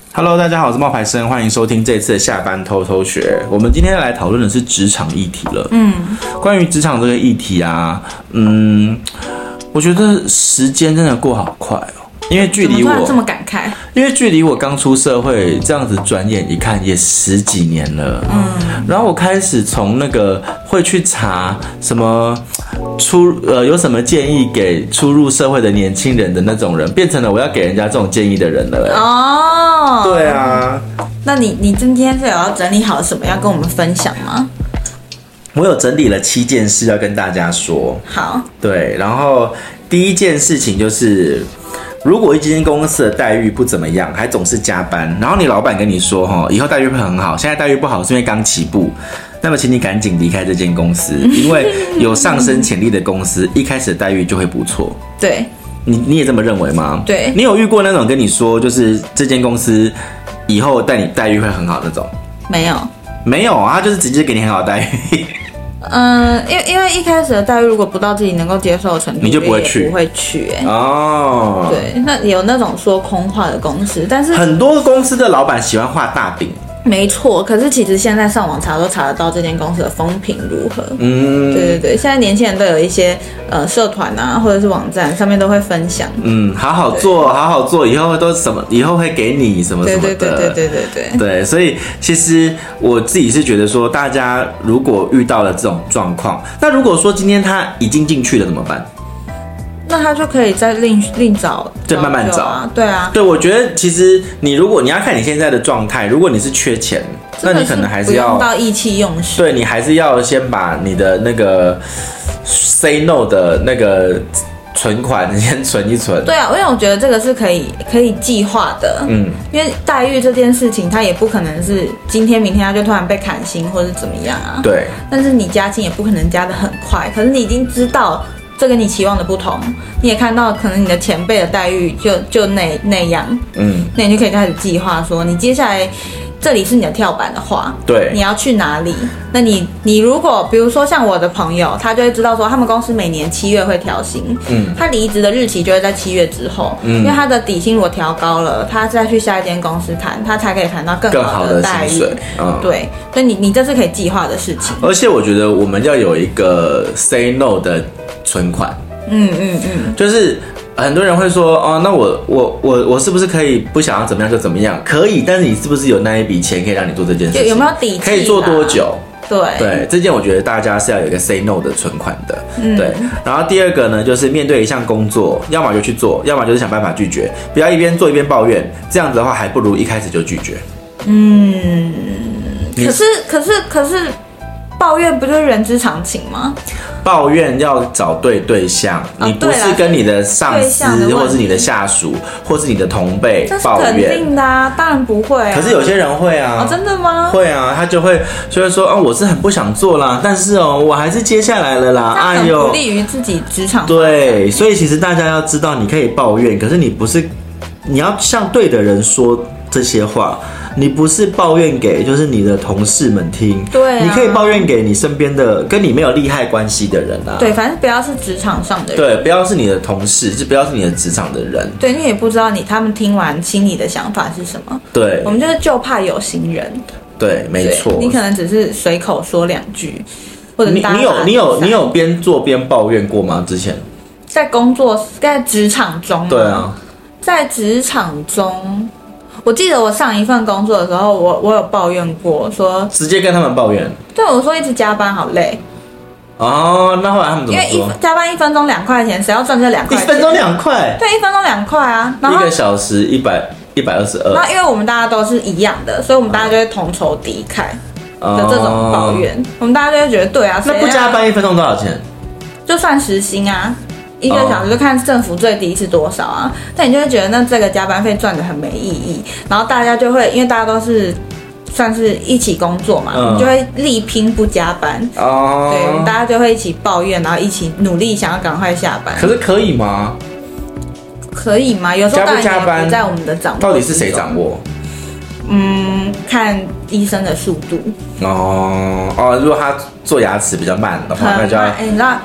Hello， 大家好，我是冒牌生，欢迎收听这一次的下班偷偷学。我们今天来讨论的是职场议题了。关于职场这个议题啊，我觉得时间真的过好快哦。因为距离我这么感慨， 因为距离我刚出社会这样子转眼一看也10几年了。然后我开始从那个会去查什么有什么建议给初入社会的年轻人的那种人，变成了我要给人家这种建议的人了。 哦， 对啊。 那你今天是有要整理好什么要跟我们分享吗？ 我有整理了7件事要跟大家说。 好。 对，然后第一件事情就是，如果一间公司的待遇不怎么样，还总是加班，然后你老板跟你说以后待遇会很好，现在待遇不好是因为刚起步，那么请你赶紧离开这间公司，因为有上升潜力的公司一开始的待遇就会不错。 对， 你也这么认为吗？ 对， 你有遇过那种跟你说就是这间公司以后待遇会很好那种？没有啊，他就是直接给你很好的待遇。 因为一开始的待遇如果不到自己能够接受的程度， 你就不会去。 哦，对，那有那种说空话的公司，但是很多公司的老板喜欢画大饼。 没错，可是其实现在上网查都查得到这间公司的风评如何。对，现在年轻人都有一些社团啊，或者是网站上面都会分享。好好做，以后都什么，以后会给你什么什么的。对，所以其实我自己是觉得说，大家如果遇到了这种状况，那如果说今天他已经进去了怎么办？ 那他就可以再另找， 就慢慢找啊。 对啊， 对，我觉得其实如果你要看你现在的状态，如果你是缺钱，那你可能还是要不用到意气用事。 对，你还是要先把你的那个 say no 的那个存款先存一存。 对啊，因为我觉得这个是可以计划的。因为待遇这件事情，它也不可能是今天明天他就突然被砍薪或是怎么样啊。 对。但是你加薪也不可能加得很快，可是你已经知道这跟你期望的不同，你也看到可能你的前辈的待遇就那样。那你就可以开始计划说，你接下来这里是你的跳板的话， 对， 你要去哪里？那你如果比如说像我的朋友，他就会知道说，他们公司每年7月会调薪，他离职的日期就会在7月之后，因为他的底薪如果调高了，他再去下一间公司谈，他才可以谈到更好的待遇。对，所以你这是可以计划的事情。 而且我觉得我们要有一个 say no 的存款。就是很多人会说，那我是不是可以不想要怎么样就怎么样？可以，但是你是不是有那一笔钱可以让你做这件事情？ 有没有底气？ 可以做多久？ 对， 这件我觉得大家是要有一个 say no 的存款的。对。然后第二个呢，就是面对一项工作，要么就去做，要么就是想办法拒绝，不要一边做一边抱怨。这样子的话，还不如一开始就拒绝。 可是。抱怨不就是人之常情吗？ 抱怨要找对象，你不是跟你的上司，或是你的下属，或是你的同辈抱怨。这是肯定的啊，当然不会啊。 可是有些人会啊。 真的吗？ 会啊，他就会说，我是很不想做啦，但是我还是接下来了啦。 很不利于自己职场。 对，所以其实大家要知道，你可以抱怨，可是你要向对的人说这些话。你不是抱怨给就是你的同事们听， 对， 你可以抱怨给你身边的跟你没有利害关系的人啊。 对，反正不要是职场上的人， 对，不要是你的同事，就不要是你的职场的人。 对，你也不知道他们听完心里的想法是什么。 对， 我们就怕有心人。 对，没错。 你可能只是随口说2句，或者你有边做边抱怨过吗？之前在职场中， 对啊， 在职场中。我记得我上一份工作的时候，我有抱怨过，说直接跟他们抱怨。 对，我说一直加班好累。 那后来他们怎么说？ 因为加班1分钟2块钱，谁要赚这2块钱？1 分钟2块？ 对，1分钟2块啊。然后 1个小时122。 那因为我们大家都是一样的，所以我们大家就会同仇敌忾的这种抱怨。我们大家就会觉得，对啊， 那不加班1分钟多少钱？ 就算时薪啊。1个小时就看政府最低是多少啊？但你就会觉得那这个加班费赚得很没意义，然后大家就会因为大家都是算是一起工作嘛，就会力拼不加班。对，大家就会一起抱怨，然后一起努力想要赶快下班。 可是可以吗？ 可以吗？有时候当然也不在我们的掌握。 到底是谁掌握？ 看医生的速度。 如果他做牙齿比较慢的话，那就要你知道。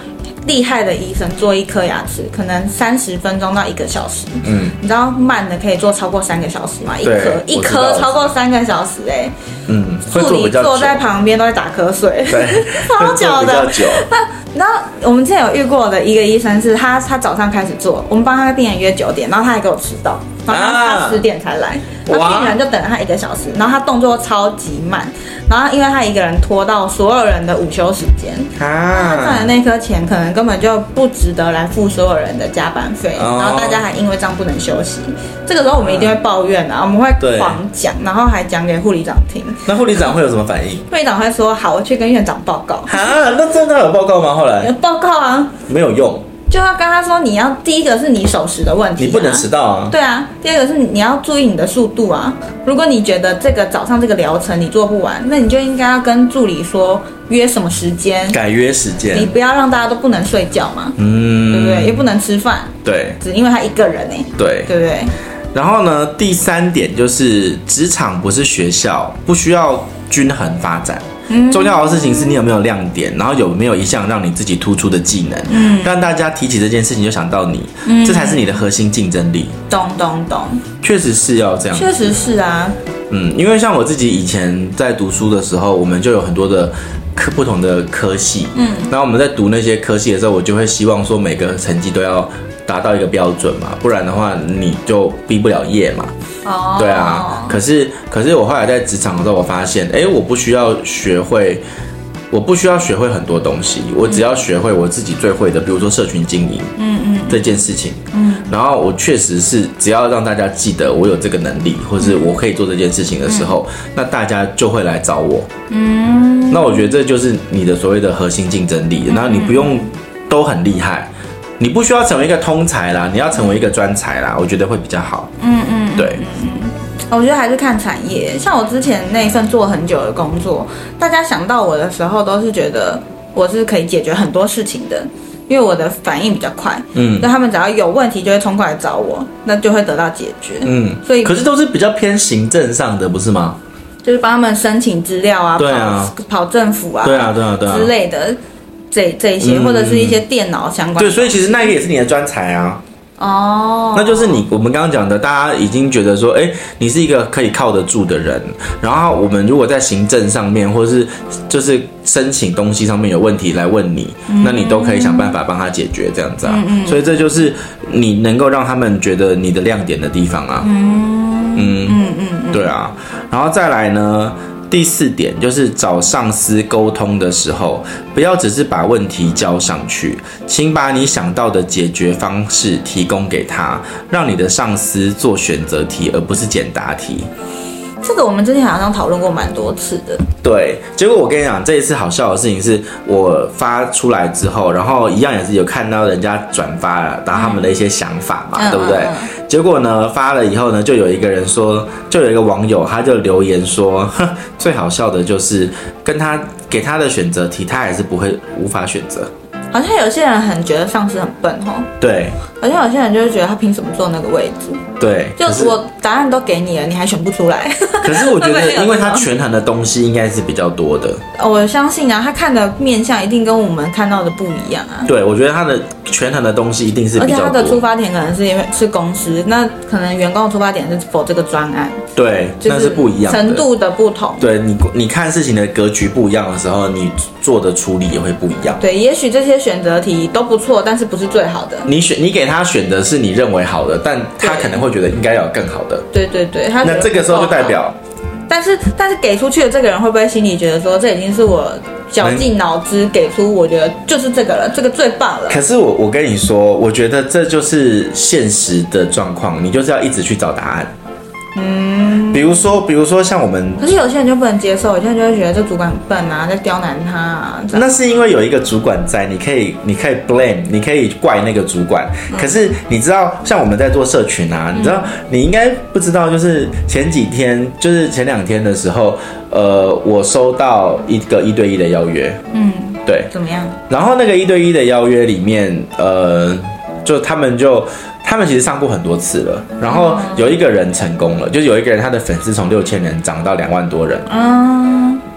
厉害的医生做一颗牙齿，可能30分钟到1个小时。你知道慢的可以做超过3个小时吗？一颗超过3个小时助理坐在旁边都在打瞌睡， 对， 超久的。然后我们之前有遇过的一个医生是他早上开始做，我们帮他病人约9点，然后他还给我迟到，然后他10点才来，然后病人就等了他1个小时，然后他动作超级慢，然后因为他一个人拖到所有人的午休时间，他赚的那颗钱可能根本就不值得来付所有人的加班费，然后大家还因为这样不能休息，这个时候我们一定会抱怨我们会狂讲，然后还讲给护理长听。 那护理长会有什么反应？ 护理长会说好，我去跟院长报告。 那真的有报告吗？后来有报告啊， 没有用。 就要跟他说，你要第一个是你守时的问题， 你不能迟到啊。 对啊，第二个是你要注意你的速度啊。如果你觉得这个早上这个疗程你做不完，那你就应该要跟助理说约什么时间， 改约时间。 你不要让大家都不能睡觉嘛，对不对？也不能吃饭， 对， 只因为他一个人对不对？ 然后呢，第3点就是职场不是学校，不需要均衡发展。重要的事情是你有没有亮点，然后有没有一项让你自己突出的技能，让大家提起这件事情就想到你，这才是你的核心竞争力。懂，确实是要这样， 确实是啊。 因为像我自己以前在读书的时候，我们就有很多的不同的科系，然后我们在读那些科系的时候，我就会希望说每个成绩都要达到一个标准嘛，不然的话你就毕不了业嘛。对啊，可是我后来在职场的时候，我发现，我不需要学会很多东西，我只要学会我自己最会的，比如说社群经营，这件事情，然后我确实是只要让大家记得我有这个能力，或是我可以做这件事情的时候，那大家就会来找我。那我觉得这就是你的所谓的核心竞争力，然后你不用都很厉害。你不需要成为一个通才啦，你要成为一个专才啦，我觉得会比较好。对。 我觉得还是看产业，像我之前那一份做很久的工作，大家想到我的时候都是觉得我是可以解决很多事情的，因为我的反应比较快。那他们只要有问题就会冲过来找我，那就会得到解决。所以可是都是比较偏行政上的，不是吗？ 就是帮他们申请资料啊， 对啊， 跑政府啊， 对啊之类的。这一些，或者是一些电脑相关的。 对，所以其实那个也是你的专才啊。那就是我们刚刚讲的，大家已经觉得说，你是一个可以靠得住的人。然后我们如果在行政上面，或者是就是申请东西上面有问题来问你，那你都可以想办法帮他解决这样子啊。所以这就是你能够让他们觉得你的亮点的地方啊。对啊。然后再来呢？第4点就是找上司沟通的时候，不要只是把问题交上去，请把你想到的解决方式提供给他，让你的上司做选择题，而不是简答题。 这个我们之前好像讨论过蛮多次的。 对，结果我跟你讲，这一次好笑的事情是我发出来之后，然后一样也是有看到人家转发了，然后他们的一些想法嘛，对不对？结果呢，发了以后呢，就有一个人说，就有一个网友他就留言说，最好笑的就是给他的选择题，他还是无法选择。 好像有些人很觉得上司很笨吼， 对， 好像有些人就会觉得他凭什么坐那个位置， 对， 就我答案都给你了，你还选不出来。 可是我觉得，因为他权衡的东西应该是比较多的。 我相信啊，他看的面向一定跟我们看到的不一样啊。 对，我觉得他的权衡的东西一定是比较多， 而且他的出发点可能是因为是公司，那可能员工的出发点是否这个专案， 对，那是不一样的， 程度的不同。 对，你看事情的格局不一样的时候，你做的处理也会不一样。 对，也许这些选择题都不错，但是不是最好的。 你给他选的是你认为好的，但他可能会觉得应该要有更好的。 对， 那这个时候就代表， 但是给出去的这个人会不会心里觉得说，这已经是我绞尽脑汁给出，我觉得就是这个了，这个最棒了。 可是我跟你说，我觉得这就是现实的状况，你就是要一直去找答案。比如说像我们， 可是有些人就不能接受，有些人就会觉得这主管很笨啊，在刁难他啊。 那是因为有一个主管在，你可以 blame， 你可以怪那个主管。可是你知道，像我们在做社群啊，你知道，你应该不知道，就是前2天的时候，我收到一个1对1的邀约。对， 怎么样？ 然后那个1对1的邀约里面，就他们其实上过很多次了，然后有一个人成功了，就是有一个人他的粉丝从6000人涨到2万多人。对，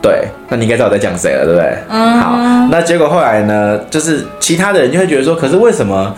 那你应该知道我在讲谁了，对不对？好，那结果后来呢，就是其他的人就会觉得说，可是为什么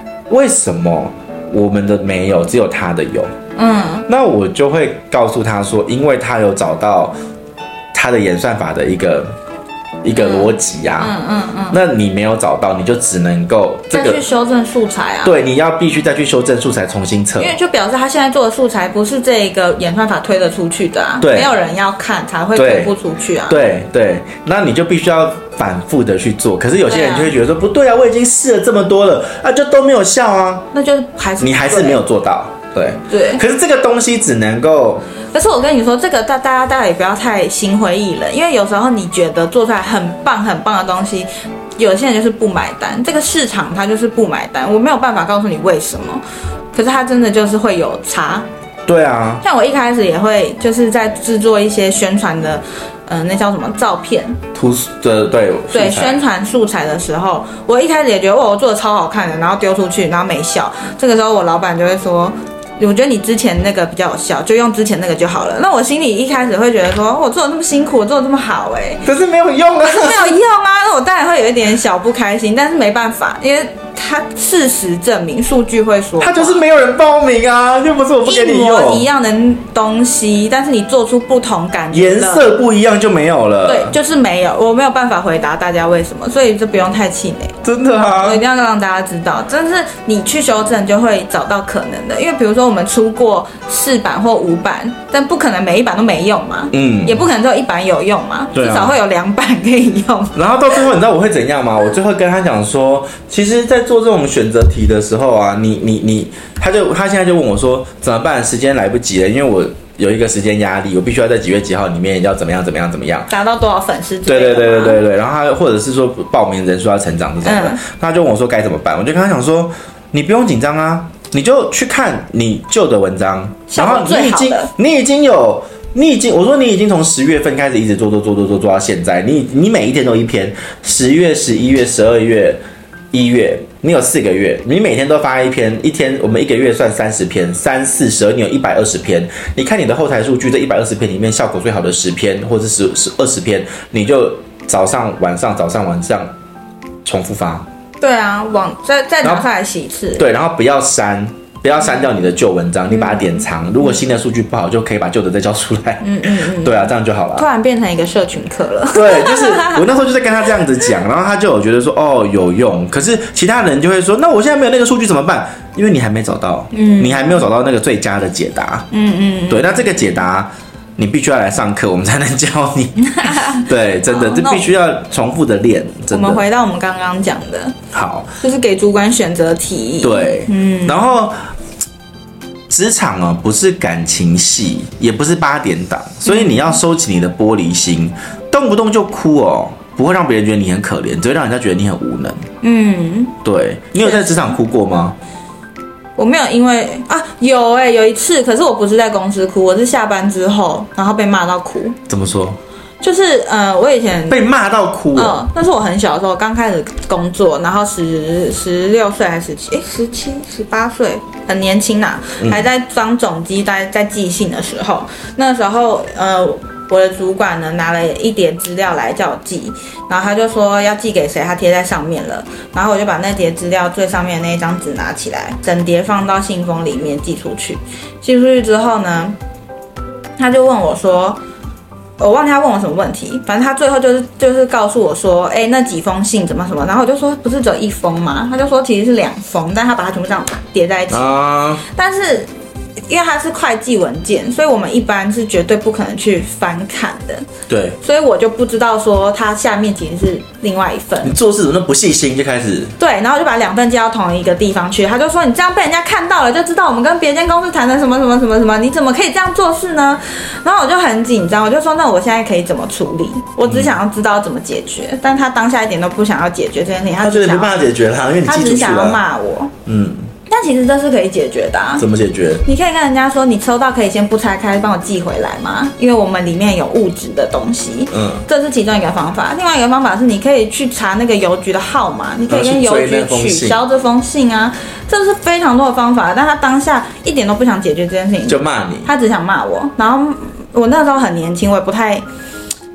我们的没有，只有他的有？那我就会告诉他说，因为他有找到他的演算法的一个逻辑啊，那你没有找到，你就只能够再去修正素材啊。 对，你要必须再去修正素材，重新测， 因为就表示他现在做的素材不是这个演算法推得出去的啊，没有人要看才会推不出去啊。 对，那你就必须要反复的去做。可是有些人就会觉得说，不对啊，我已经试了这么多了啊，就都没有效啊， 那就你还是没有做到。 对， 可是这个东西只能够， 可是我跟你说，这个大家也不要太心灰意冷，因为有时候你觉得做出来很棒的东西，有些人就是不买单，这个市场它就是不买单，我没有办法告诉你为什么，可是它真的就是会有差。 对啊， 像我一开始也会就是在制作一些宣传的，那叫什么照片对宣传素材的时候，我一开始也觉得我做的超好看的，然后丢出去，然后没效，这个时候我老板就会说，我觉得你之前那个比较有效，就用之前那个就好了。那我心里一开始会觉得说，我做的那么辛苦，我做的这么好可是没有用啊， 没有用啊，那我当然会有一点小不开心，但是没办法，因为它事实证明，数据会说， 它就是没有人报名啊，又不是我不给你用， 一模一样的东西，但是你做出不同感觉， 颜色不一样就没有了。 对，就是没有，我没有办法回答大家为什么，所以这不用太气馁。 真的啊， 我一定要让大家知道，真是你去修正就会找到可能的，因为比如说我们出过4版或5版，但不可能每一版都没用嘛，也不可能只有1版有用嘛，至少会有2版可以用。 然后到最后，你知道我会怎样吗？我最后跟他讲说，其实，在做这种选择题的时候啊，他现在就问我说怎么办？时间来不及了，因为我有一个时间压力，我必须要在几月几号里面要怎么样， 达到多少粉丝？ 对，然后他或者是说报名人数要成长这种的，他就问我说该怎么办？我就跟他讲说，你不用紧张啊，你就去看你旧的文章，然后你已经，我说你已经从10月份开始一直做到现在，你每一天都一篇，10月、11月、12月、1月，你有4个月，你每天都发一篇，一天我们1个月算30篇，3、4、12，你有120篇。你看你的后台数据，这120篇里面效果最好的10篇或者是20篇，你就早上晚上重复发。 对啊，再拿出来洗一次。 对，然后不要删掉你的旧文章，你把它典藏。如果新的数据不好，就可以把旧的再交出来。对啊，这样就好了。 突然变成一个社群课了。 对，就是我那时候就在跟他这样子讲，然后他就有觉得说，哦，有用。可是其他人就会说，那我现在没有那个数据怎么办？因为你还没找到，你还没有找到那个最佳的解答。对，那这个解答你必须要来上课，我们才能教你。对，真的，这必须要重复的练。真的。 我们回到我们刚刚讲的， 好， 就是给主管选择题。 对，然后职场不是感情戏，也不是8点档，所以你要收起你的玻璃心，动不动就哭不会让别人觉得你很可怜，只会让人家觉得你很无能。对，你有在职场哭过吗？ 我没有，因为有一次，可是我不是在公司哭，我是下班之后，然后被骂到哭。怎么说？ 就是我以前被骂到哭那是我很小的时候，刚开始工作，然后16岁还是17、18岁，很年轻啦，还在装总机，在寄信的时候，那时候我的主管呢拿了一叠资料来叫我寄，然后他就说要寄给谁，他贴在上面了，然后我就把那叠资料最上面的那一张纸拿起来，整叠放到信封里面寄出去。寄出去之后呢，他就问我说，我忘记他问我什么问题，反正他最后就是告诉我说，那几封信怎么什么，然后我就说不是只有1封吗？他就说其实是2封，但他把它全部这样叠在一起，但是因为它是会计文件，所以我们一般是绝对不可能去翻看的。 对， 所以我就不知道说它下面其实是另外一份。 你做事怎么不细心就开始？ 对，然后就把2份寄到同一个地方去。他就说你这样被人家看到了，就知道我们跟别间公司谈的什么什么什么什么，你怎么可以这样做事呢？然后我就很紧张，我就说那我现在可以怎么处理？我只想要知道怎么解决，但他当下一点都不想要解决这件事情， 他觉得没办法解决因为你他只想要骂我。但其实这是可以解决的怎么解决？ 你可以跟人家说，你收到可以先不拆开，帮我寄回来吗？因为我们里面有物质的东西。这是其中一个方法。另外一个方法是，你可以去查那个邮局的号码，你可以跟邮局取消这封信啊。这是非常多的方法，但他当下一点都不想解决这件事情， 就骂你。 他只想骂我。然后我那时候很年轻，我也不太。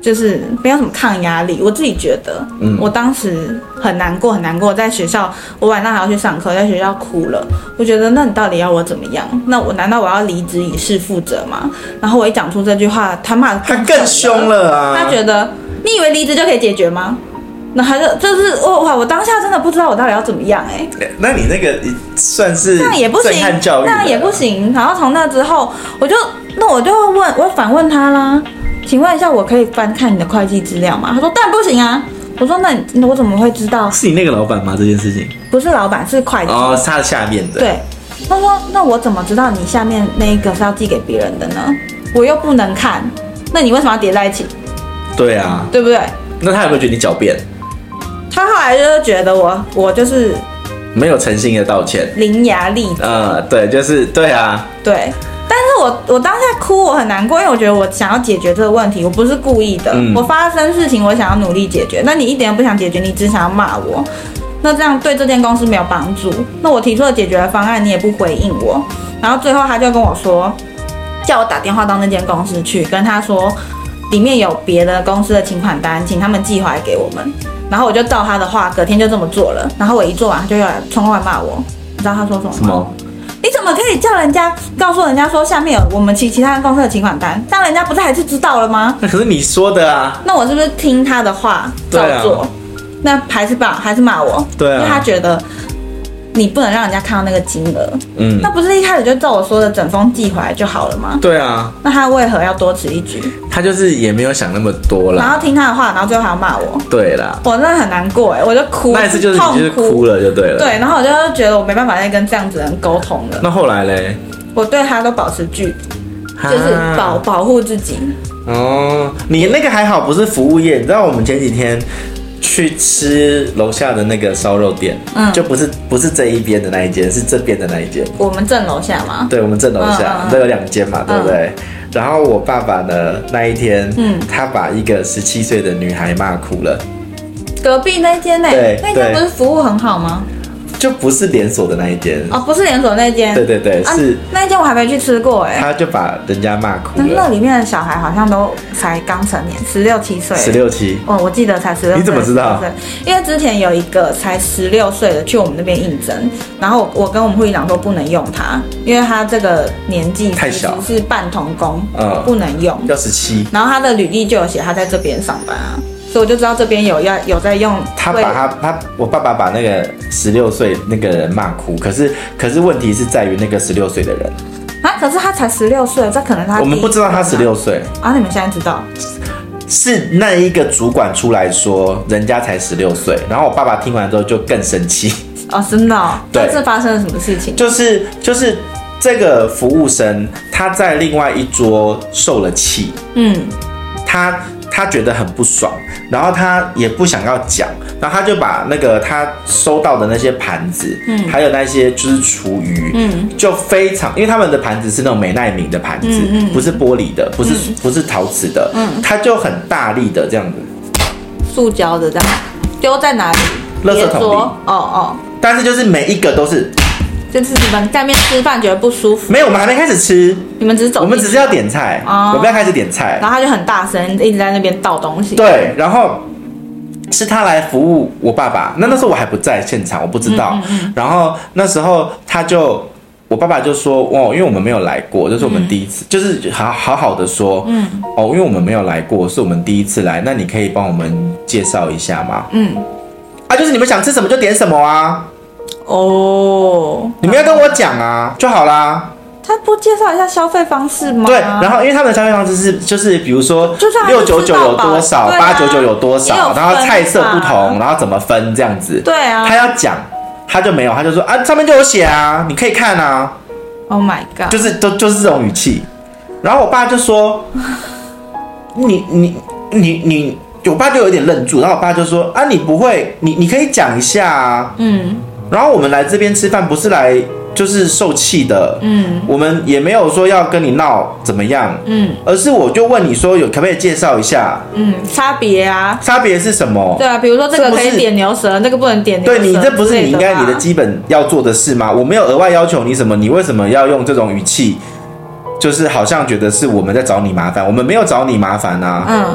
就是没有什么抗压力。我自己觉得，我当时很难过，很难过，在学校我晚上还要去上课，在学校哭了。我觉得，那你到底要我怎么样？那难道我要离职以示负责吗？然后我一讲出这句话，他骂他更凶了啊！ 他觉得你以为离职就可以解决吗？那他就是我当下真的不知道我到底要怎么样那你那个算是那也不行， 震撼教育， 那也不行。然后从那之后，我就反问他啦，请问一下，我可以翻看你的会计资料吗？他说当然不行啊。我说那我怎么会知道？ 是你那个老板吗？这件事情不是老板，是会计。 哦，是他的下面的。 对，他说那我怎么知道你下面那一个是要寄给别人的呢？我又不能看，那你为什么要叠在一起？ 对啊， 对不对？ 那他有没有觉得你狡辩？ 他后来就是觉得我就是没有诚心的道歉， 伶牙俐齿。 对，就是对啊， 对。但是我当下哭，我很难过，因为我觉得我想要解决这个问题，我不是故意的。我发生事情，我想要努力解决。那你一点都不想解决，你只想要骂我，那这样对这间公司没有帮助。那我提出了解决的方案，你也不回应我。然后最后他就跟我说，叫我打电话到那间公司去，跟他说里面有别的公司的请款单，请他们寄回来给我们。然后我就照他的话，隔天就这么做了。然后我一做完，他就要来冲过来骂我。你知道他说什么吗？ 什么？ 你怎么可以叫人家告诉人家说下面有我们其他公司的请款单，这样人家不是还是知道了吗？ 那可是你说的啊。 那我是不是听他的话照做？啊、那还是骂我？ 对啊， 因为他觉得你不能让人家看到那个金额。那不是一开始就照我说的整封寄回来就好了吗？ 对啊。 那他为何要多此一举？ 他就是也没有想那么多啦， 然后听他的话，然后最后还要骂我。 对啦， 我真的很难过我就哭。 那一次就是你就是哭了就对了。 对，然后我就觉得我没办法再跟这样子的人沟通了。 那后来嘞？ 我对他都保持距离，就是保护自己。 哦，你那个还好，不是服务业。你知道我们前几天去吃楼下的那个烧肉店，就不是这一边的那一间，是这边的那一间。 我们正楼下吗？ 对，我们正楼下，都有2间嘛，对不对？然后我爸爸呢，那一天，他把一个17岁的女孩骂哭了。 隔壁那间呢？ 对， 那间不是服务很好吗？ 就不是连锁的那一间哦，不是连锁那间。 对，是那一间我还没去吃过他就把人家骂哭了。 那里面的小孩好像都才刚成年，16、17岁。 16、17。 哦，我记得才16岁。 你怎么知道？ 因为之前有一个才16岁的去我们那边应征，然后我跟我们护理长说不能用他，因为他这个年纪太小， 是半童工，不能用， 要17。 然后他的履历就有写他在这边上班啊。所以我就知道这边有在用。我爸爸把那个16岁那个人骂哭，可是问题是在于那个16岁的人啊，可是他才16岁，这可能他我们不知道他16岁啊，你们现在知道？ 是那一个主管出来说人家才16岁，然后我爸爸听完之后就更生气。 哦，真的哦？ 对， 这发生了什么事情？ 就是这个服务生他在另外一桌受了气，他觉得很不爽，然后他也不想要讲，然后他就把那个他收到的那些盘子，还有那些就是厨余，就非常，因为他们的盘子是那种美奈敏的盘子，不是玻璃的，不是陶瓷的，他就很大力的这样子， 塑胶的这样丢在哪里？ 垃圾桶里。 哦。 但是就是每一个都是。 就是你们在那边吃饭觉得不舒服？ 没有，我们还没开始吃。 你们只是走， 我们只是要点菜，我们要开始点菜。 然后他就很大声，一直在那边倒东西。 对，然后是他来服务我爸爸。那时候我还不在现场，我不知道。然后那时候我爸爸就说，因为我们没有来过，这是我们第一次，就是好好的说，因为我们没有来过，是我们第一次来，那你可以帮我们介绍一下吗？就是你们想吃什么就点什么啊。你们要跟我讲啊，就好啦。 他不介绍一下消费方式吗？ 对，然后因为他们的消费方式就是比如说699有多少，899有多少，然后菜色不同，然后怎么分这样子。 对啊， 他要讲，他就没有，他就说啊，上面就有写啊，你可以看啊。 Oh my god， 就是这种语气。然后我爸就说，你，我爸就有点愣住，然后我爸就说啊，你不会，你可以讲一下啊。然后我们来这边吃饭不是来就是受气的，我们也没有说要跟你闹怎么样，而是我就问你说可不可以介绍一下， 差别啊， 差别是什么？ 对啊，比如说这个可以点牛舌，那个不能点牛舌， 对你这不是你应该你的基本要做的事吗？我没有额外要求你什么，你为什么要用这种语气？就是好像觉得是我们在找你麻烦，我们没有找你麻烦啊。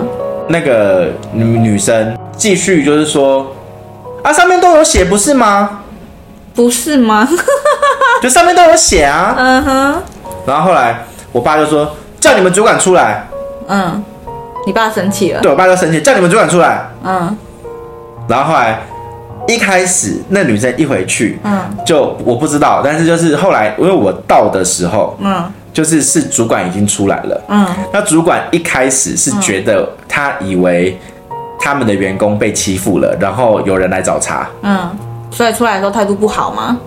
那个女生继续就是说，啊，上面都有写不是吗？ 不是吗？ 就上面都有写啊。 嗯哼。 然后后来我爸就说，叫你们主管出来。 嗯，你爸生气了。 对，我爸就生气，叫你们主管出来。 嗯。 然后后来一开始那女生一回去，就我不知道，但是就是后来因为我到的时候，就是主管已经出来了。那主管一开始是觉得他以为他们的员工被欺负了，然后有人来找茬。 所以出来的时候态度不好吗？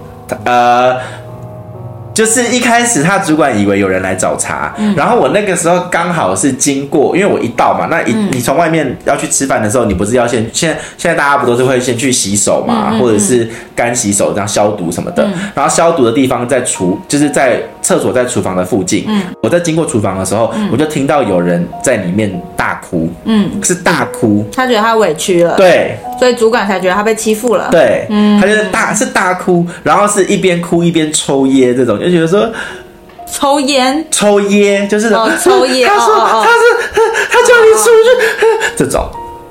就是一开始他主管以为有人来找茬，然后我那个时候刚好是经过，因为我一到嘛，那你从外面要去吃饭的时候，你不是要现在大家不都是会先去洗手嘛，或者是干洗手这样消毒什么的，然后消毒的地方就是在厕所在厨房的附近，我在经过厨房的时候，我就听到有人在里面大哭，是大哭， 他觉得他委屈了， 对， 所以主管才觉得他被欺负了， 对，他就是大哭，然后是一边哭一边抽噎这种。就觉得说抽烟就是抽烟， 他说他叫你出去这种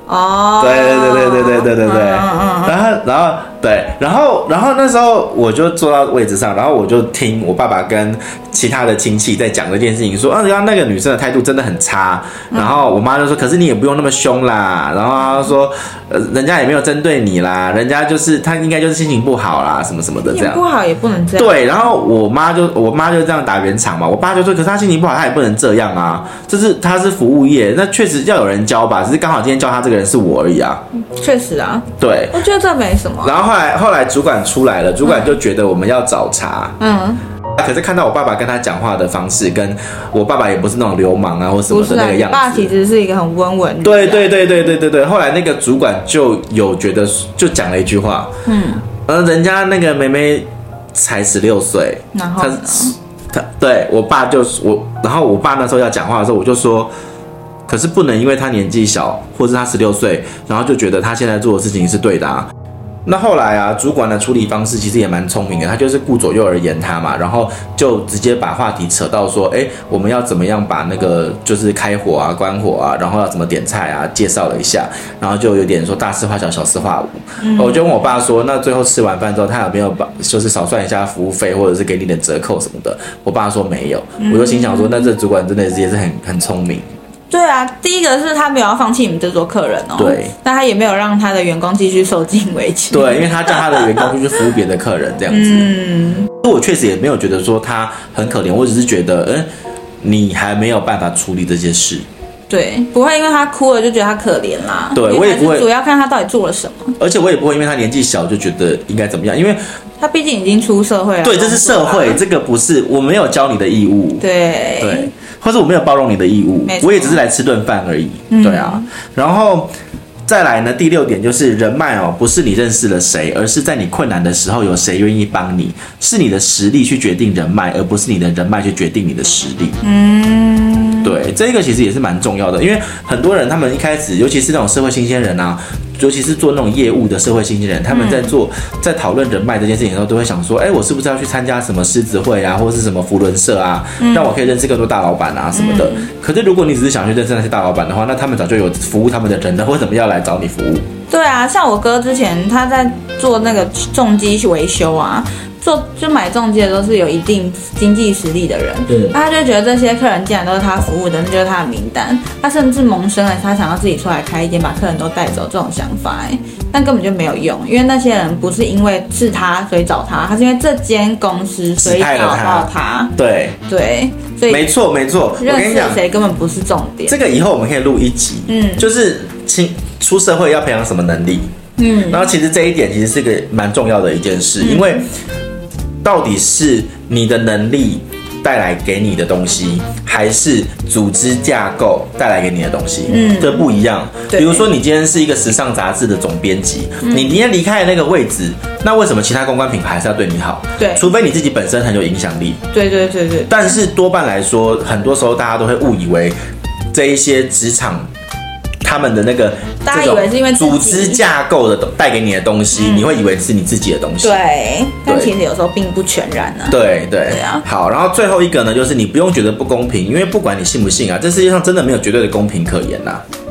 对，然后对，然后那时候我就坐到位置上，然后我就听我爸爸跟其他的亲戚在讲这件事情，说然后那个女生的态度真的很差，然后我妈就说，可是你也不用那么凶啦，然后她说人家也没有针对你啦，人家就是她应该就是心情不好啦，什么什么的这样， 不好也不能这样。 对，然后我妈就这样打圆场嘛，我爸就说，可是她心情不好，她也不能这样啊，就是她是服务业，那确实要有人教吧，只是刚好今天教她这个人是我而已啊。 确实啊， 对， 我觉得这没什么。 然后后来主管出来了，主管就觉得我们要找茬，可是看到我爸爸跟他讲话的方式，跟我爸爸也不是那种流氓啊或什么的那个样子。 你爸其实是一个很温文。 对。后来那个主管就有觉得，就讲了一句话，人家那个妹妹才16岁， 然后他对我爸然后我爸那时候要讲话的时候，我就说，可是不能因为他年纪小，或是他16岁，然后就觉得他现在做的事情是对的啊。那后来啊，主管的处理方式其实也蛮聪明的，他就是顾左右而言他嘛，然后就直接把话题扯到说，我们要怎么样把那个就是开火啊、关火啊，然后要怎么点菜啊，介绍了一下，然后就有点说大事化小，小事化无。我就问我爸说，那最后吃完饭之后，他有没有就是少算一下服务费，或者是给你点折扣什么的？我爸说没有，我就心想说，那这主管真的也是很聪明。 对啊，第一个是他没有要放弃你们这桌客人哦， 对， 但他也没有让他的员工继续受尽委屈， 对，因为他叫他的员工去服务别的客人这样子。我确实也没有觉得说他很可怜，我只是觉得，你还没有办法处理这些事。 对，不会因为他哭了就觉得他可怜啦。 对，我也不会， 主要看他到底做了什么。 而且我也不会因为他年纪小就觉得应该怎么样，因为他毕竟已经出社会了。 对，这是社会，这个不是我没有教你的义务。对。或者我没有包容你的义务，我也只是来吃顿饭而已。对啊，然后再来呢，第6点就是人脉哦，不是你认识了谁，而是在你困难的时候有谁愿意帮你，是你的实力去决定人脉，而不是你的人脉去决定你的实力。对，这个其实也是蛮重要的，因为很多人他们一开始，尤其是那种社会新鲜人啊，尤其是做那种业务的社会新鲜人，他们在讨论人脉这件事情的时候，都会想说，我是不是要去参加什么狮子会啊，或者是什么扶轮社啊，让我可以认识更多大老板啊什么的。可是如果你只是想去认识那些大老板的话，那他们早就有服务他们的人了，为什么要来找你服务？ 对啊，像我哥之前他在做那个重机维修啊。就买重机的都是有一定经济实力的人，他就觉得这些客人既然都是他服务的，那就是他的名单。他甚至萌生了他想要自己出来开一间，把客人都带走这种想法，但根本就没有用，因为那些人不是因为是他所以找他，他是因为这间公司所以找到他。 对， 所以没错， 认识谁根本不是重点。 这个以后我们可以录一集，就是出社会要培养什么能力。然后其实这一点其实是个蛮重要的一件事，因为到底是你的能力带来给你的东西，还是组织架构带来给你的东西？这不一样。比如说，你今天是一个时尚杂志的总编辑，你今天离开了那个位置，那为什么其他公关品牌还是要对你好？ 对， 除非你自己本身很有影响力。 对。 但是多半来说，很多时候大家都会误以为这一些职场。他们的那个大家以为是因为组织架构的带给你的东西，你会以为是你自己的东西。 对，但其实有时候并不全然啊。 对啊。 好，然后最后一个呢，就是你不用觉得不公平，因为不管你信不信啊，这世界上真的没有绝对的公平可言呐。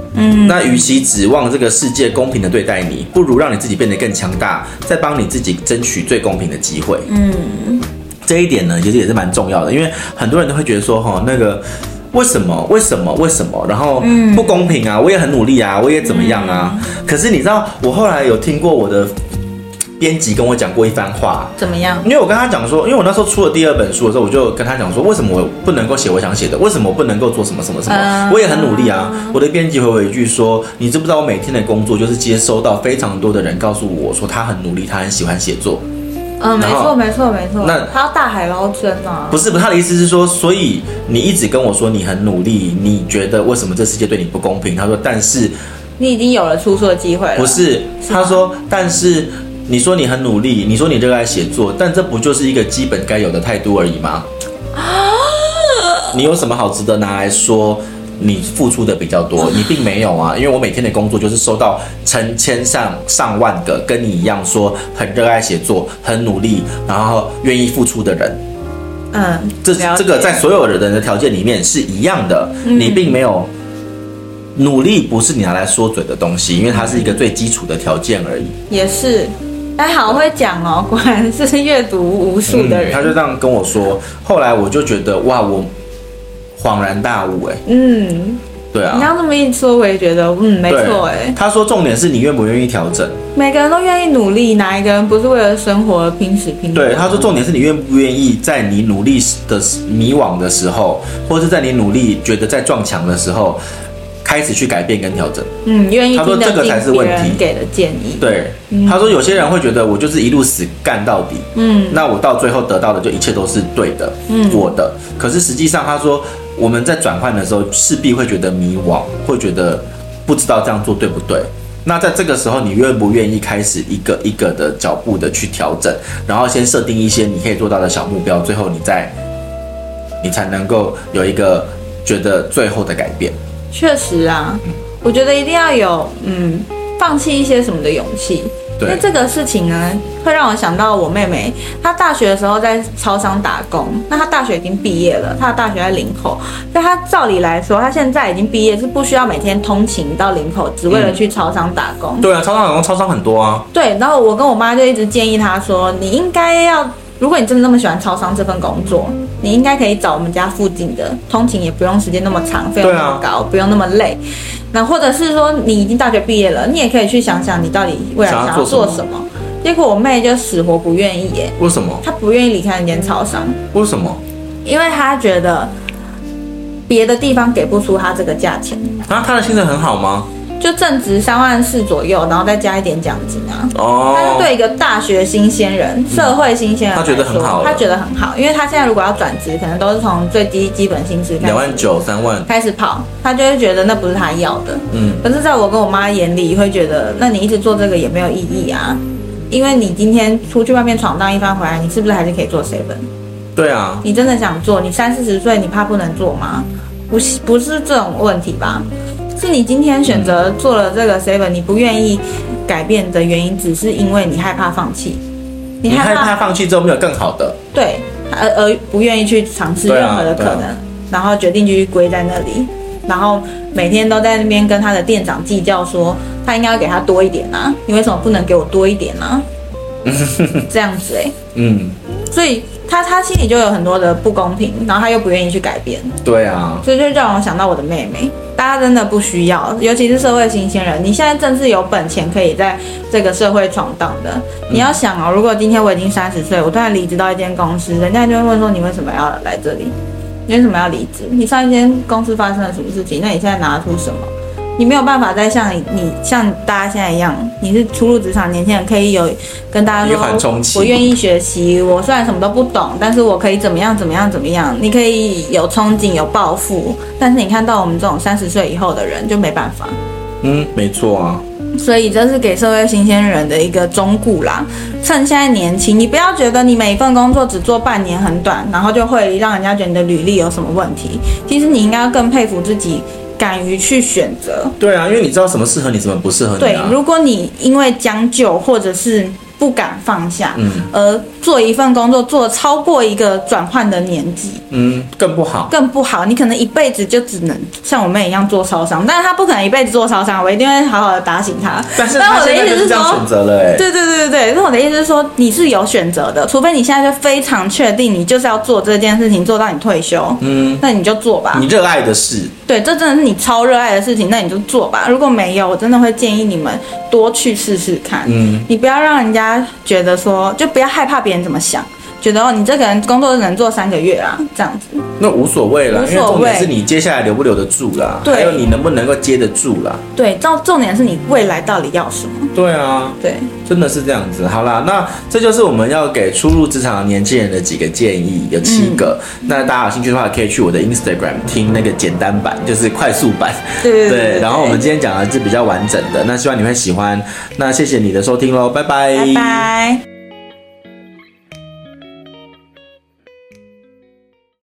那与其指望这个世界公平的对待你，不如让你自己变得更强大，再帮你自己争取最公平的机会。这一点呢，其实也是蛮重要的，因为很多人都会觉得说，那个为什么，然后不公平啊，我也很努力啊，我也怎么样啊。可是你知道，我后来有听过我的编辑跟我讲过一番话， 怎么样？ 因为我跟他讲说，因为我那时候出了第2本书的时候，我就跟他讲说，为什么我不能够写我想写的？为什么我不能够做什么什么什么？我也很努力啊。我的编辑回我一句说，你知不知道我每天的工作就是接收到非常多的人告诉我说他很努力，他很喜欢写作。 没错。那他要大海捞针啊？ 不是，他的意思是说，所以你一直跟我说你很努力，你觉得为什么这世界对你不公平？他说，但是你已经有了出书的机会了。 不是，他说，但是你说你很努力，你说你热爱写作，但这不就是一个基本该有的态度而已吗？你有什么好值得拿来说你付出的比较多？你并没有啊，因为我每天的工作就是收到成千上万个跟你一样说很热爱写作、很努力，然后愿意付出的人。这个在所有人的条件里面是一样的，你并没有努力，不是你拿来说嘴的东西，因为它是一个最基础的条件而已。 也是。好会讲哦，果然是阅读无数的人。 他就这样跟我说，后来我就觉得哇，我恍然大悟对啊。 你刚这么一说，我也觉得没错他说重点是你愿不愿意调整。 每个人都愿意努力，哪一个人不是为了生活而拼死拼活？ 对，他说重点是你愿不愿意在你努力的迷惘的时候，或是在你努力觉得在撞墙的时候，开始去改变跟调整。 愿意他说这个才是问题， 给的建议。 对，他说有些人会觉得我就是一路死干到底，那我到最后得到的就一切都是对的，我的。可是实际上他说我们在转换的时候势必会觉得迷惘，会觉得不知道这样做对不对。那在这个时候，你愿不愿意开始一个一个的脚步的去调整，然后先设定一些你可以做到的小目标，最后你才能够有一个觉得最后的改变。 确实啊，我觉得一定要有放弃一些什么的勇气。因为这个事情呢，会让我想到我妹妹，她大学的时候在超商打工。那她大学已经毕业了，她的大学在林口，所以她照理来说，她现在已经毕业，是不需要每天通勤到林口，只为了去超商打工。 对啊，超商打工，超商很多啊。 对，然后我跟我妈就一直建议她说，你应该要，如果你真的那么喜欢超商这份工作，你应该可以找我们家附近的，通勤也不用时间那么长，费用那么高，不用那么累。那或者是说你已经大学毕业了，你也可以去想想你到底未来想要做什么。结果我妹就死活不愿意耶。 为什么？ 她不愿意离开那间超商。 为什么？ 因为她觉得别的地方给不出她这个价钱。 她的薪水很好吗？ 就正值3.4万左右，然后再加一点奖金啊。 他就对一个大学新鲜人、社会新鲜人来说， 他觉得很好， 他觉得很好，因为他现在如果要转职，可能都是从最低基本薪资开始 2.9万、3万开始跑，他就会觉得那不是他要的。可是在我跟我妈眼里，会觉得那你一直做这个也没有意义啊，因为你今天出去外面闯荡一番回来，你是不是还是可以做 7？ 对啊， 你真的想做？你30-40岁，你怕不能做吗？不是这种问题吧？是你今天选择做了这个 7， 你不愿意改变的原因，只是因为你害怕放弃。你害怕放弃之后没有更好的， 对，而不愿意去尝试任何的可能，然后决定继续归在那里，然后每天都在那边跟他的店长计较说，他应该要给他多一点啊，你为什么不能给我多一点啊？这样子所以他心里就有很多的不公平，然后他又不愿意去改变。对啊，所以就让我想到我的妹妹。大家真的不需要，尤其是社会新鲜人，你现在正是有本钱可以在这个社会闯荡的。你要想哦，如果今天我已经30岁，我突然离职到一间公司，人家就会问说你为什么要来这里？你为什么要离职？你上一间公司发生了什么事情？那你现在拿得出什么？你没有办法再像大家现在一样，你是初入职场年轻人，可以有跟大家说，我愿意学习，我虽然什么都不懂，但是我可以怎么样。你可以有憧憬，有抱负，但是你看到我们这种30岁以后的人就没办法。 没错啊。 所以这是给社会新鲜人的一个忠告啦，趁现在年轻，你不要觉得你每一份工作只做半年很短，然后就会让人家觉得你的履历有什么问题。其实你应该要更佩服自己敢于去选择。 对啊，因为你知道什么适合你，什么不适合你啊。 对，如果你因为将就或者是不敢放下，而做一份工作做超过一个转换的年纪， 更不好， 更不好。你可能一辈子就只能像我妹一样做烧伤，但是她不可能一辈子做烧伤，我一定会好好的打醒她。 但是她现在就是这样选择了，哎， 对，那我的意思是说，你是有选择的，除非你现在就非常确定你就是要做这件事情，做到你退休，那你就做吧。 你热爱的事， 对，这真的是你超热爱的事情，那你就做吧。如果没有，我真的会建议你们多去试试看。你不要让人家觉得说，就不要害怕别人怎么想，觉得你这个人工作只能做3个月啦，这样子。 那无所谓啦，因为重点是你接下来留不留得住啦，还有你能不能够接得住啦。 对，重点是你未来到底要什么。 对啊， 对， 真的是这样子。好啦，那这就是我们要给初入职场的年轻人的几个建议，有7个。那大家有兴趣的话，可以去我的 Instagram 听那个简单版，就是快速版。对。然后我们今天讲的是比较完整的，那希望你会喜欢。那谢谢你的收听喽，拜拜。 拜拜。